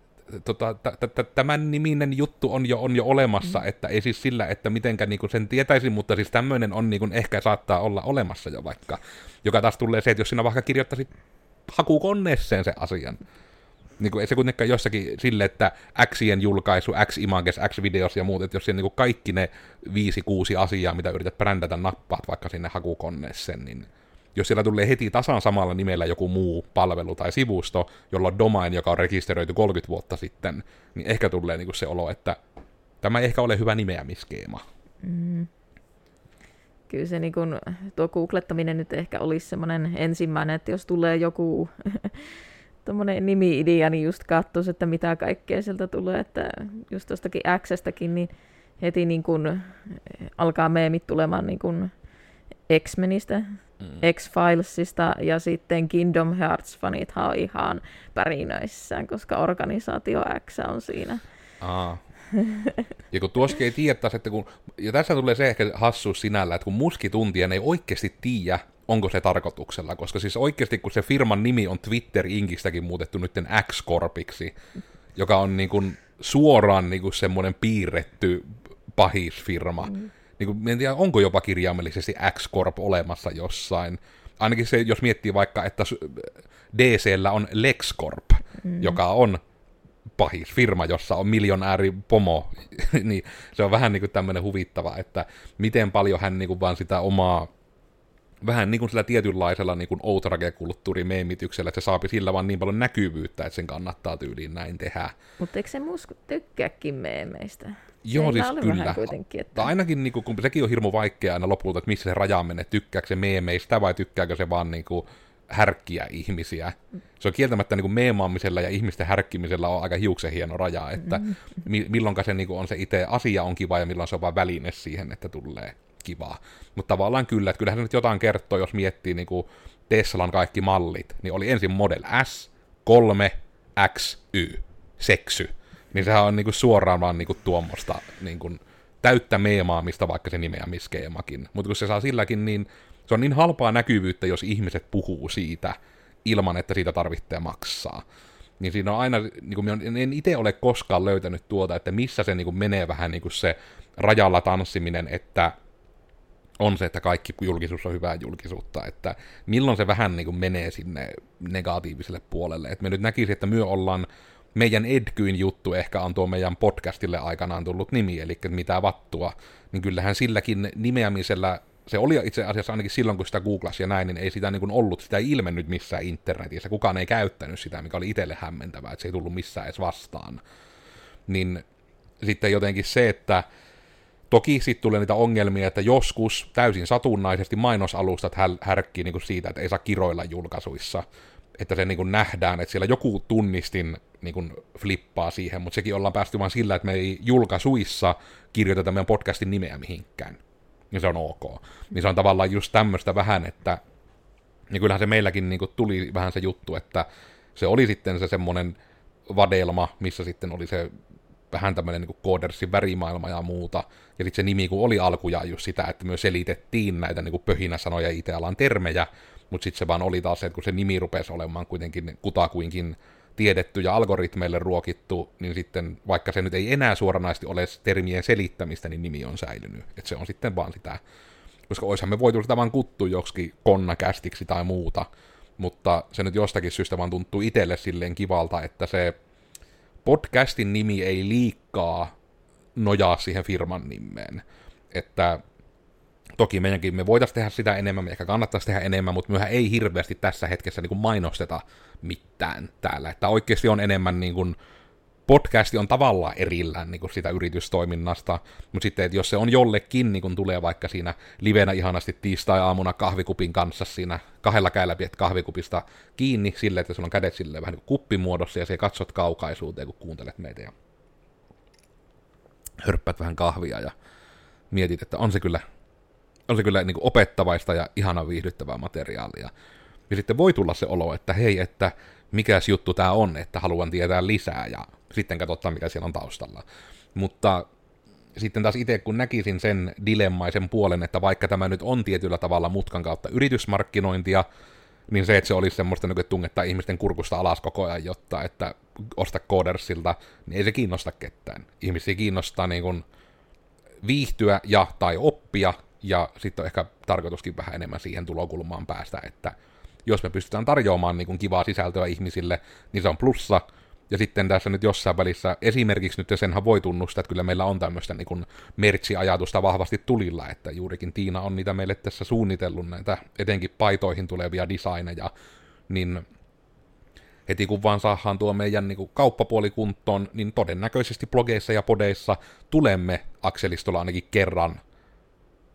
tämän niminen juttu on jo olemassa, että ei siis sillä, että mitenkä niinku sen tietäisi, mutta siis tämmöinen on niinku ehkä saattaa olla olemassa jo vaikka, joka taas tulee se, että jos sinä vaikka kirjoittaisit hakukoneeseen se asian, niinku ei se kuitenkaan jossakin sille, että Xien julkaisu, X-images, X-videos ja muut, että jos siinä niinku kaikki ne 5-6 asiaa, mitä yrität brändätä, nappaat vaikka sinne hakukoneeseen, niin jos siellä tulee heti tasan samalla nimellä joku muu palvelu tai sivusto, jolla on domain, joka on rekisteröity 30 vuotta sitten, niin ehkä tulee niinku se olo, että tämä ei ehkä ole hyvä nimeämiskeema. Mm. Kyllä se niin kun, tuo googlettaminen nyt ehkä olisi semmoinen ensimmäinen, että jos tulee joku tommoinen nimi-idea, niin just katsoisi, että mitä kaikkea sieltä tulee, että just tuostakin X:stäkin, niin heti niin kun alkaa meemit tulemaan niin kun X-Menistä, X-Filesista ja sitten Kingdom Hearts-fanithan on ihan pärinöissään, koska organisaatio X on siinä. Ja kun tuossakin ei tiedä taas, että ja tässä tulee se ehkä hassuus sinällä, että kun muskituntien ei oikeasti tiedä, onko se tarkoituksella, koska siis oikeasti kun se firman nimi on Twitter-inkistäkin muutettu nytten X-Corpiksi, joka on niin kuin suoraan niin kuin semmoinen piirretty pahisfirma. Niin kuin, en tiedä, onko jopa kirjaimellisesti X-Corp olemassa jossain. Ainakin se, jos miettii vaikka, että DC:llä on LexCorp, joka on pahis firma, jossa on miljonääri pomo, niin se on vähän niin kuin tämmöinen huvittava, että miten paljon hän niin kuin vaan sitä omaa, vähän niin kuin sillä tietynlaisella niin kuin outrage-kulttuurimeemityksellä, että se saapi sillä vaan niin paljon näkyvyyttä, että sen kannattaa tyyliin näin tehdä. Mutta eikö se musku tykkääkin meemeistä? Joo, siis kyllä. Että ainakin, niin kun sekin on hirmu vaikea aina lopulta, että missä se raja menee, tykkääkö se meemeistä vai tykkääkö se vaan niin kuin härkkiä ihmisiä. Se on kieltämättä niin kuin meemaamisella ja ihmisten härkkimisellä on aika hiuksen hieno raja, että milloinka se niin kuin on se itse asia on kiva ja milloin se on vaan väline siihen, että tulee kivaa. Mutta tavallaan kyllä, että kyllähän se nyt jotain kertoo, jos miettii niin kuin Teslan kaikki mallit, niin oli ensin Model S, 3, X, Y, seksy. Niin sehän on niinku suoraan vaan niinku tuommoista niinku täyttä meemaamista, vaikka se nimeä miskeemakin. Mutta kun se saa silläkin, niin se on niin halpaa näkyvyyttä, jos ihmiset puhuu siitä ilman, että siitä tarvitsee maksaa. Niin siinä on aina, niinku, en itse ole koskaan löytänyt tuota, että missä se niinku menee vähän niinku se rajalla tanssiminen, että on se, että kaikki julkisuus on hyvää julkisuutta, että milloin se vähän niinku menee sinne negatiiviselle puolelle. Et me nyt näkisin, että me ollaan meidän Edkyin juttu ehkä on tuo meidän podcastille aikanaan tullut nimi, eli mitä vattua, niin kyllähän silläkin nimeämisellä, se oli itse asiassa ainakin silloin, kun sitä googlasi ja näin, niin ei sitä niin kuin ollut, sitä ei ilmennyt missään internetissä, kukaan ei käyttänyt sitä, mikä oli itselle hämmentävää, että se ei tullut missään edes vastaan. Niin sitten jotenkin se, että toki sitten tulee niitä ongelmia, että joskus täysin satunnaisesti mainosalustat härkkii niin kuin siitä, että ei saa kiroilla julkaisuissa, että se niin kuin nähdään, että siellä joku tunnistin niin kuin flippaa siihen, mutta sekin ollaan päästy vain sillä, että me ei julkaisuissa kirjoiteta meidän podcastin nimeä mihinkään. Ja se on ok. Niin se on tavallaan just tämmöistä vähän, että niin kyllähän se meilläkin niin kuin tuli vähän se juttu, että se oli sitten se semmoinen vadelma, missä sitten oli se vähän tämmöinen niin Codersin värimaailma ja muuta. Ja sitten se nimi, kun oli alkujaan just sitä, että myös selitettiin näitä niin kuin pöhinäsanoja ja IT-alan termejä, mutta sitten se vaan oli taas se, että kun se nimi rupesi olemaan kuitenkin kutakuinkin tiedetty ja algoritmeille ruokittu, niin sitten vaikka se nyt ei enää suoranaisesti ole termien selittämistä, niin nimi on säilynyt. Että se on sitten vaan sitä, koska oishan me voitu sitä vaan kuttua joksikin konnakästiksi tai muuta, mutta se nyt jostakin syystä vaan tuntuu itselle silleen kivalta, että se podcastin nimi ei liikaa nojaa siihen firman nimeen. Että toki meidänkin me voitaisiin tehdä sitä enemmän, me ehkä kannattaisi tehdä enemmän, mutta myöhän ei hirveästi tässä hetkessä niin kuin mainosteta mitään täällä. Että oikeasti on enemmän, niin kuin, podcasti on tavallaan erillään niin kuin sitä yritystoiminnasta, mutta sitten, että jos se on jollekin, niin kuin tulee vaikka siinä livenä ihanasti tiistai-aamuna kahvikupin kanssa siinä kahdella kädellä pidät kahvikupista kiinni silleen, että sulla on kädet silleen vähän niin kuin kuppimuodossa ja se katsot kaukaisuuteen, kun kuuntelet meitä ja hörppäät vähän kahvia ja mietit, että on se kyllä niin kuin opettavaista ja ihana viihdyttävää materiaalia. Ja sitten voi tulla se olo, että hei, että mikäs juttu tää on, että haluan tietää lisää, ja sitten katsotaan, mikä siellä on taustalla. Mutta sitten taas itse, kun näkisin sen dilemmaisen puolen, että vaikka tämä nyt on tietyllä tavalla mutkan kautta yritysmarkkinointia, niin se, että se olisi semmoista, että tungettaa ihmisten kurkusta alas koko ajan, jotta että osta Codersilta, niin ei se kiinnosta ketään. Ihmisiä kiinnostaa niin kuin viihtyä ja tai oppia, ja sitten on ehkä tarkoituskin vähän enemmän siihen tulokulmaan päästä, että jos me pystytään tarjoamaan niin kuin kivaa sisältöä ihmisille, niin se on plussa. Ja sitten tässä nyt jossain välissä, esimerkiksi nyt senhän voi tunnustaa, että kyllä meillä on tämmöistä niin kuin merch-ajatusta vahvasti tulilla, että juurikin Tiina on niitä meille tässä suunnitellut, näitä etenkin paitoihin tulevia designeja, niin heti kun vaan saadaan tuo meidän niin kuin kauppapuoli kuntoon, niin todennäköisesti blogeissa ja podeissa tulemme Akselistolla ainakin kerran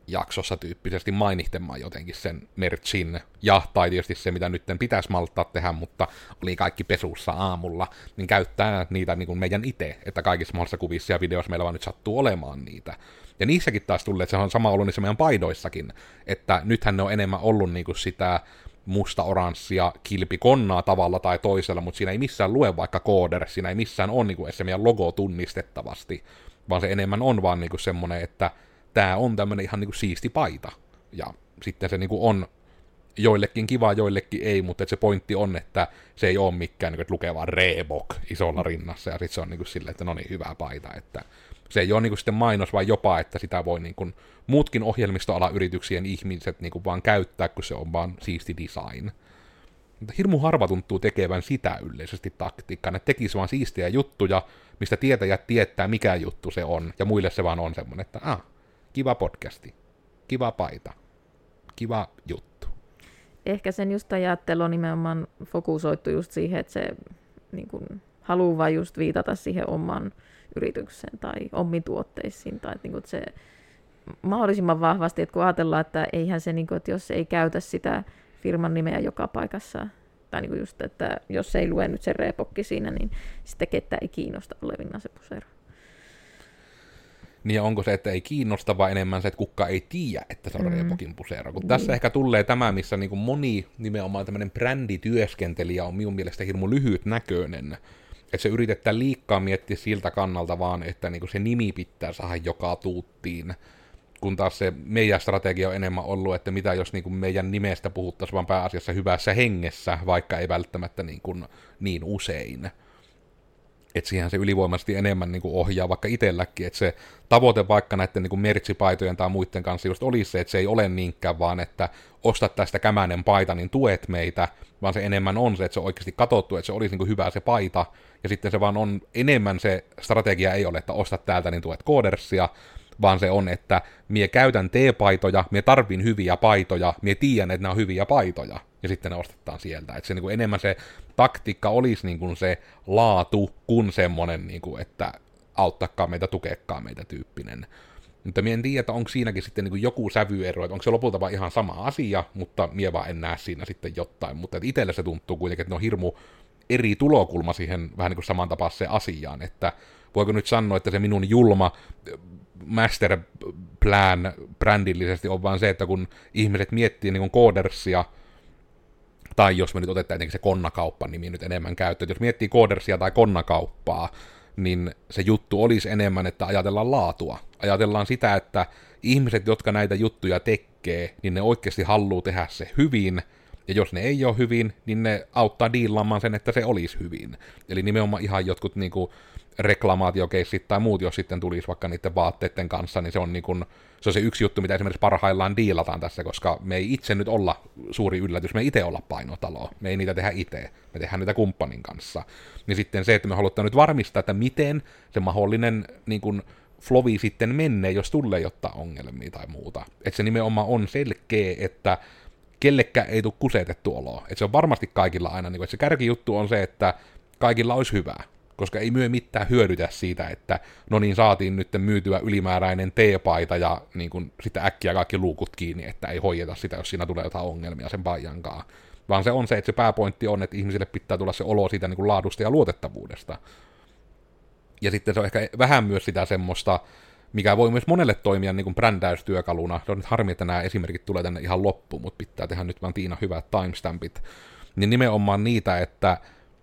jaksossa tyyppisesti mainitsemaan jotenkin sen merchin, tai tietysti se, mitä nyt pitäisi malttaa tehdä, mutta oli kaikki pesussa aamulla, niin käyttää niitä niin kuin meidän itse, että kaikissa mahdollisissa kuvissa ja videoissa meillä vaan nyt sattuu olemaan niitä. Ja niissäkin taas tulee, että se on sama ollut niissä meidän paidoissakin, että nythän ne on enemmän ollut niin kuin sitä musta-oranssia kilpikonnaa tavalla tai toisella, mutta siinä ei missään lue vaikka Coder, siinä ei missään ole niin kuin se meidän logo tunnistettavasti, vaan se enemmän on vaan niin kuin semmoinen, että tää on tämmönen ihan niin kuin siisti paita, ja sitten se niin kuin on joillekin kiva, joillekin ei, mutta se pointti on, että se ei ole mikään, niin kuin, että lukee vaan Reebok isolla rinnassa, ja sitten se on niin kuin silleen, että no niin, hyvä paita, että se ei ole niin kuin sitten mainos, vaan jopa, että sitä voi niin kuin muutkin ohjelmistoalayrityksien ihmiset niin kuin vaan käyttää, kun se on vaan siisti design. Mutta hirmu harva tuntuu tekevän sitä yleisesti taktiikkaa, ne tekisi vaan siistiä juttuja, mistä tietäjät tietää, mikä juttu se on, ja muille se vaan on semmoinen, että kiva podcasti, kiva paita, kiva juttu. Ehkä sen just ajattelu on nimenomaan fokusoitu just siihen, että se niin kuin, haluaa vaan just viitata siihen oman yritykseen tai omiin tuotteisiin. Tai niin kuin, että se mahdollisimman vahvasti, että kun ajatellaan, että eihän se, niin kuin, että jos ei käytä sitä firman nimeä joka paikassa, tai niin kuin just, että jos ei lue nyt se Reebokki siinä, niin sitten ketään ei kiinnosta olevinaan se pusero. Niin ja onko se, että ei kiinnosta, vai enemmän se, että kukaan ei tiedä, että se on Reebokin pusero. Kun tässä ehkä tulee tämä, missä niin kuin moni nimenomaan tämmöinen brändityöskentelijä on minun mielestä hirmu lyhytnäköinen. Että se yritetään liikaa miettiä siltä kannalta vaan, että niin kuin se nimi pitää saada joka tuuttiin. Kun taas se meidän strategia on enemmän ollut, että mitä jos niin kuin meidän nimestä puhuttaisiin vaan pääasiassa hyvässä hengessä, vaikka ei välttämättä niin usein. Että siihen se ylivoimaisesti enemmän niin kuin ohjaa vaikka itselläkin, että se tavoite vaikka näiden niin kuin mertsipaitojen tai muiden kanssa just olisi se, että se ei ole niinkään vaan, että ostat tästä kämänen paita, niin tuet meitä, vaan se enemmän on se, että se on oikeasti katsottu, että se olisi niin kuin hyvä se paita, ja sitten se vaan on enemmän se strategia ei ole, että ostat täältä, niin tuet Codersia, vaan se on, että mie käytän T-paitoja, mie tarvin hyviä paitoja, mie tiedän, että nämä on hyviä paitoja, ja sitten ne ostetaan sieltä. Että se niin kuin enemmän se taktiikka olisi niin kuin se laatu, kuin semmoinen, niin kuin, että auttakaa meitä, tukekaa meitä tyyppinen. Mutta mie en tiedä, että onko siinäkin sitten niin kuin joku sävyero, että onko se lopulta vaan ihan sama asia, mutta mie vaan en näe siinä sitten jotain. Mutta itselle se tuntuu kuitenkin, että ne on hirmu eri tulokulma siihen vähän niin kuin samantapaiseen asiaan, että voiko nyt sanoa, että se minun julma master plan brändillisesti on vaan se, että kun ihmiset miettii niin kuin Codersia, tai jos me nyt otetaan jotenkin se konnakauppa nimi nyt enemmän käyttöön, jos miettii Codersia tai konnakauppaa, niin se juttu olisi enemmän, että ajatellaan laatua. Ajatellaan sitä, että ihmiset, jotka näitä juttuja tekee, niin ne oikeasti haluaa tehdä se hyvin, ja jos ne ei ole hyvin, niin ne auttaa diilaamaan sen, että se olisi hyvin. Eli nimenomaan ihan jotkut niinku reklamaatiokeissit tai muut, jos sitten tulisi vaikka niiden vaatteiden kanssa, niin se on, niinku, se on se yksi juttu, mitä esimerkiksi parhaillaan diilataan tässä, koska me ei itse nyt olla suuri yllätys, me ei itse olla painotalo, me ei niitä tehdä itse, me tehdään niitä kumppanin kanssa. Niin sitten se, että me halutaan nyt varmistaa, että miten se mahdollinen niinku flowi sitten menee, jos tulee jotain ongelmia tai muuta. Että se nimenomaan on selkeä, että kellekään ei tule kusetettu oloa. Että se on varmasti kaikilla aina, niin kuin, että se kärkijuttu on se, että kaikilla olisi hyvää, koska ei myö mitään hyödytä siitä, että no niin, saatiin nyt myytyä ylimääräinen teepaita ja niin kuin, sitten äkkiä kaikki luukut kiinni, että ei hoideta sitä, jos siinä tulee jotain ongelmia sen paijankaan. Vaan se on se, että se pääpointti on, että ihmisille pitää tulla se olo siitä niin kuin laadusta ja luotettavuudesta. Ja sitten se on ehkä vähän myös sitä semmoista, mikä voi myös monelle toimia niin kuin brändäystyökaluna. Se on nyt harmi, että nämä esimerkit tulee tänne ihan loppuun, mutta pitää tehdä nyt vaan Tiina hyvät timestampit. Niin nimenomaan niitä, että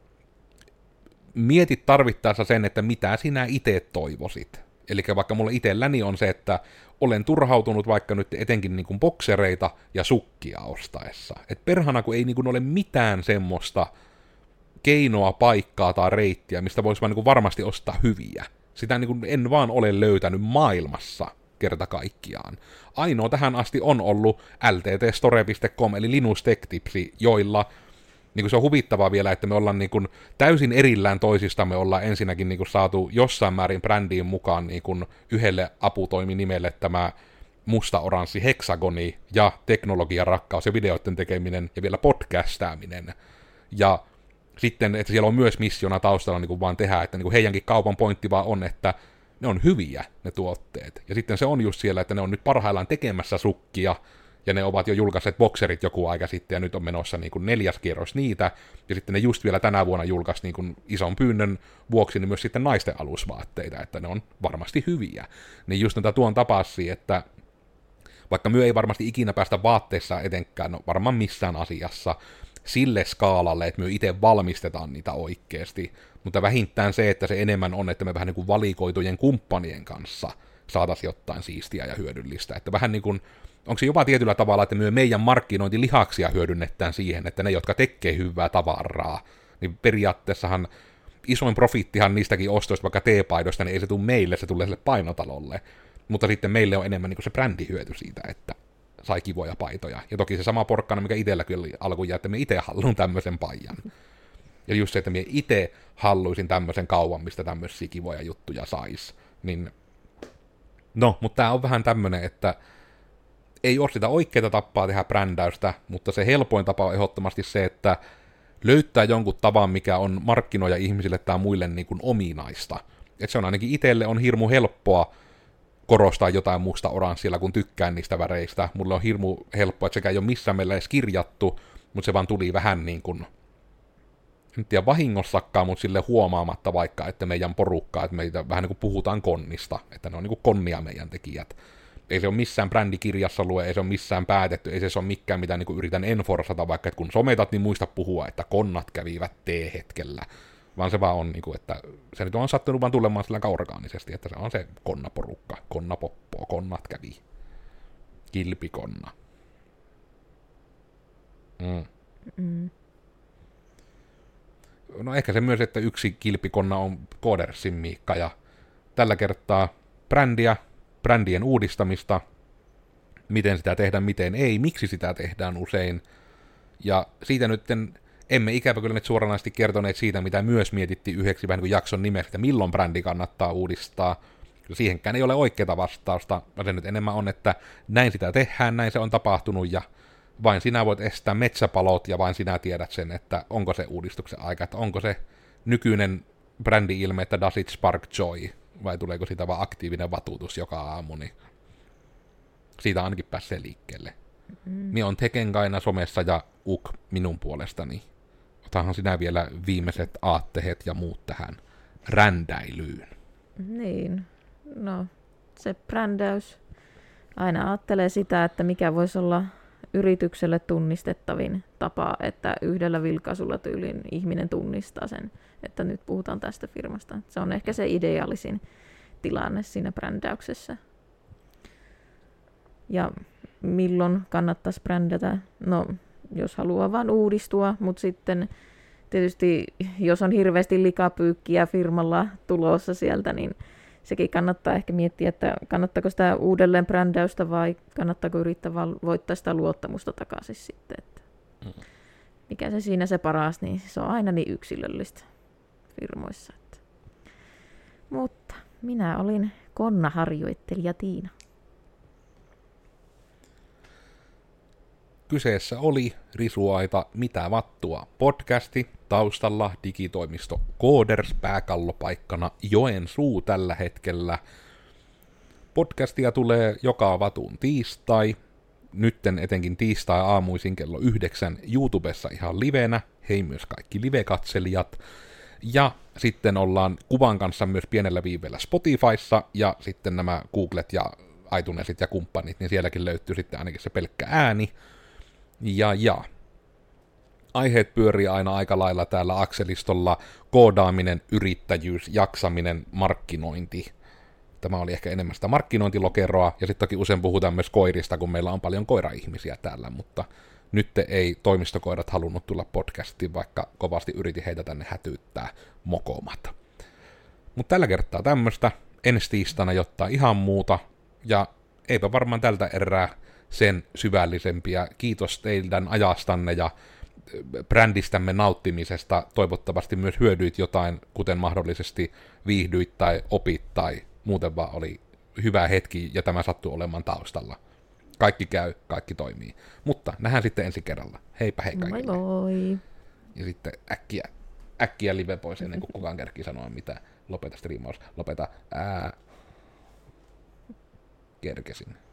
mietit tarvittaessa sen, että mitä sinä itse toivoisit. Eli vaikka mulla itselläni on se, että olen turhautunut vaikka nyt etenkin niin kuin boksereita ja sukkia ostaessa. Et perhana, kun ei niin kuin ole mitään semmoista keinoa, paikkaa tai reittiä, mistä voisi vaan niin kuin varmasti ostaa hyviä. Sitä niin kuin en vaan ole löytänyt maailmassa kerta kaikkiaan. Ainoa tähän asti on ollut lttstore.com eli Linus Tech Tipsi, joilla niin kuin se on huvittavaa vielä, että me ollaan niin kuin täysin erillään toisista, me ollaan ensinnäkin niin kuin saatu jossain määrin brändiin mukaan niin kuin yhdelle aputoiminimelle tämä musta-oranssi heksagoni ja teknologian rakkaus ja videoiden tekeminen ja vielä podcastaaminen. Ja sitten, että siellä on myös missiona taustalla niin kuin vaan tehdä, että niin kuin heidänkin kaupan pointti vaan on, että ne on hyviä, ne tuotteet. Ja sitten se on just siellä, että ne on nyt parhaillaan tekemässä sukkia, ja ne ovat jo julkaisseet bokserit joku aika sitten, ja nyt on menossa niin kuin 4. kierros niitä, ja sitten ne just vielä tänä vuonna julkaisi niin kuin ison pyynnön vuoksi niin myös sitten naisten alusvaatteita, että ne on varmasti hyviä. Niin just näitä tuon tapasi, että vaikka myö ei varmasti ikinä päästä vaatteissa etenkään, no varmaan missään asiassa, sille skaalalle, että me itse valmistetaan niitä oikeasti, mutta vähintään se, että se enemmän on, että me vähän niin kuin valikoitujen kumppanien kanssa saataisiin jotain siistiä ja hyödyllistä, että vähän niin kuin, onko se jopa tietyllä tavalla, että meidän markkinointilihaksia hyödynnetään siihen, että ne, jotka tekee hyvää tavaraa, niin periaatteessahan isoin profittihan niistäkin ostoista, vaikka teepaidoista, niin ei se tule meille, se tulee sille painotalolle, mutta sitten meille on enemmän niin kuin se brändihyöty siitä, että sai kivoja paitoja. Ja toki se sama porkkana, mikä itselläkin oli alkuja, että me itse haluan tämmöisen paijan. Ja just se, että me itse haluaisin tämmöisen kauan, mistä tämmöisiä kivoja juttuja sais. Niin, no, mutta tää on vähän tämmönen, että ei ole sitä oikeaa tapaa tehdä brändäystä, mutta se helpoin tapa on ehdottomasti se, että löytää jonkun tavan, mikä on markkinoja ihmisille tai muille niin kuin ominaista. Että se on ainakin itselle on hirmu helppoa korostaa jotain musta oranssilla, kun tykkään niistä väreistä. Mulle on hirmu helppoa, että sekä ei ole missään meillä edes kirjattu, mutta se vaan tuli vähän niin kuin, en tiedä vahingossakaan, mutta sille huomaamatta vaikka, että meidän porukkaa, että meitä vähän niin kuin puhutaan konnista, että ne on niin kuin konnia meidän tekijät. Ei se ole missään brändikirjassa lue, ei se ole missään päätetty, ei se ole mikään, mitä niin kuin yritän enforcata, vaikka että kun sometat, niin muista puhua, että konnat kävivät T-hetkellä. Vaan se vaan on, niin kuin, että se nyt on sattunut vaan tulemaan sillä orgaanisesti, että se on se konnaporukka, konnapoppo, konnat kävi, kilpikonna. No ehkä se myös, että yksi kilpikonna on Koodersin Miikka, ja tällä kertaa brändien uudistamista, miten sitä tehdään, miten ei, miksi sitä tehdään usein, ja siitä nyt emme ikävä kyllä nyt suoranaisesti kertoneet siitä, mitä myös mietittiin yhdeksi vähän niin kuin jakson nimestä, että milloin brändi kannattaa uudistaa. Siihenkään ei ole oikeaa vastausta, vaan se nyt enemmän on, että näin sitä tehdään, näin se on tapahtunut, ja vain sinä voit estää metsäpalot, ja vain sinä tiedät sen, että onko se uudistuksen aika, että onko se nykyinen brändi-ilme, että does it spark joy, vai tuleeko siitä vaan aktiivinen vatutus joka aamu, niin siitä ainakin pääsee liikkeelle. Minä on Tekenkaina somessa ja minun puolestani. Otahan sinä vielä viimeiset aatteet ja muut tähän rändäilyyn. Niin, no se brändäys. Aina ajattelee sitä, että mikä voisi olla yritykselle tunnistettavin tapa, että yhdellä vilkaisulla tyylin ihminen tunnistaa sen, että nyt puhutaan tästä firmasta. Se on ehkä se ideaalisin tilanne siinä brändäyksessä. Ja milloin kannattaisi brändätä? No, jos haluaa vaan uudistua, mutta sitten tietysti, jos on hirveästi likapyykkiä firmalla tulossa sieltä, niin sekin kannattaa ehkä miettiä, että kannattaako sitä uudelleen brändäystä vai kannattaako yrittää voittaa sitä luottamusta takaisin sitten. Että mikä se siinä se paras, niin se on aina niin yksilöllistä firmoissa. Että. Mutta minä olin konnaharjoittelija Tiina. Kyseessä oli Risuaita Mitä vattua podcasti, taustalla digitoimisto Kooders pääkallopaikkana Joensuu tällä hetkellä. Podcastia tulee joka vatun tiistai, nytten etenkin tiistai aamuisin kello 9 YouTubessa ihan livenä, hei myös kaikki live-katselijat. Ja sitten ollaan kuvan kanssa myös pienellä viiveellä Spotifyssa, ja sitten nämä Googlet ja iTunesit ja kumppanit, niin sielläkin löytyy sitten ainakin se pelkkä ääni. Ja. Aiheet pyörii aina aika lailla täällä akselistolla: koodaaminen, yrittäjyys, jaksaminen, markkinointi. Tämä oli ehkä enemmän sitä markkinointilokeroa, ja sitten toki usein puhutaan myös koirista, kun meillä on paljon koira-ihmisiä täällä, mutta nyt ei toimistokoirat halunnut tulla podcastiin, vaikka kovasti yritin heitä tänne hätyyttää mokomat. Mutta tällä kertaa tämmöistä, ensi tiistaina jotain ihan muuta, ja eipä varmaan tältä erää sen syvällisempiä. Kiitos teidän ajastanne ja brändistämme nauttimisesta. Toivottavasti myös hyödyit jotain, kuten mahdollisesti viihdyit tai opit tai muuten vaan oli hyvä hetki ja tämä sattuu olemaan taustalla. Kaikki käy, kaikki toimii. Mutta nähdään sitten ensi kerralla. Heipä hei kaikille. Moi. Ja sitten äkkiä live pois ennen kuin kukaan kerkii sanoa mitä. Lopeta striimaus. Lopeta. kerkesin.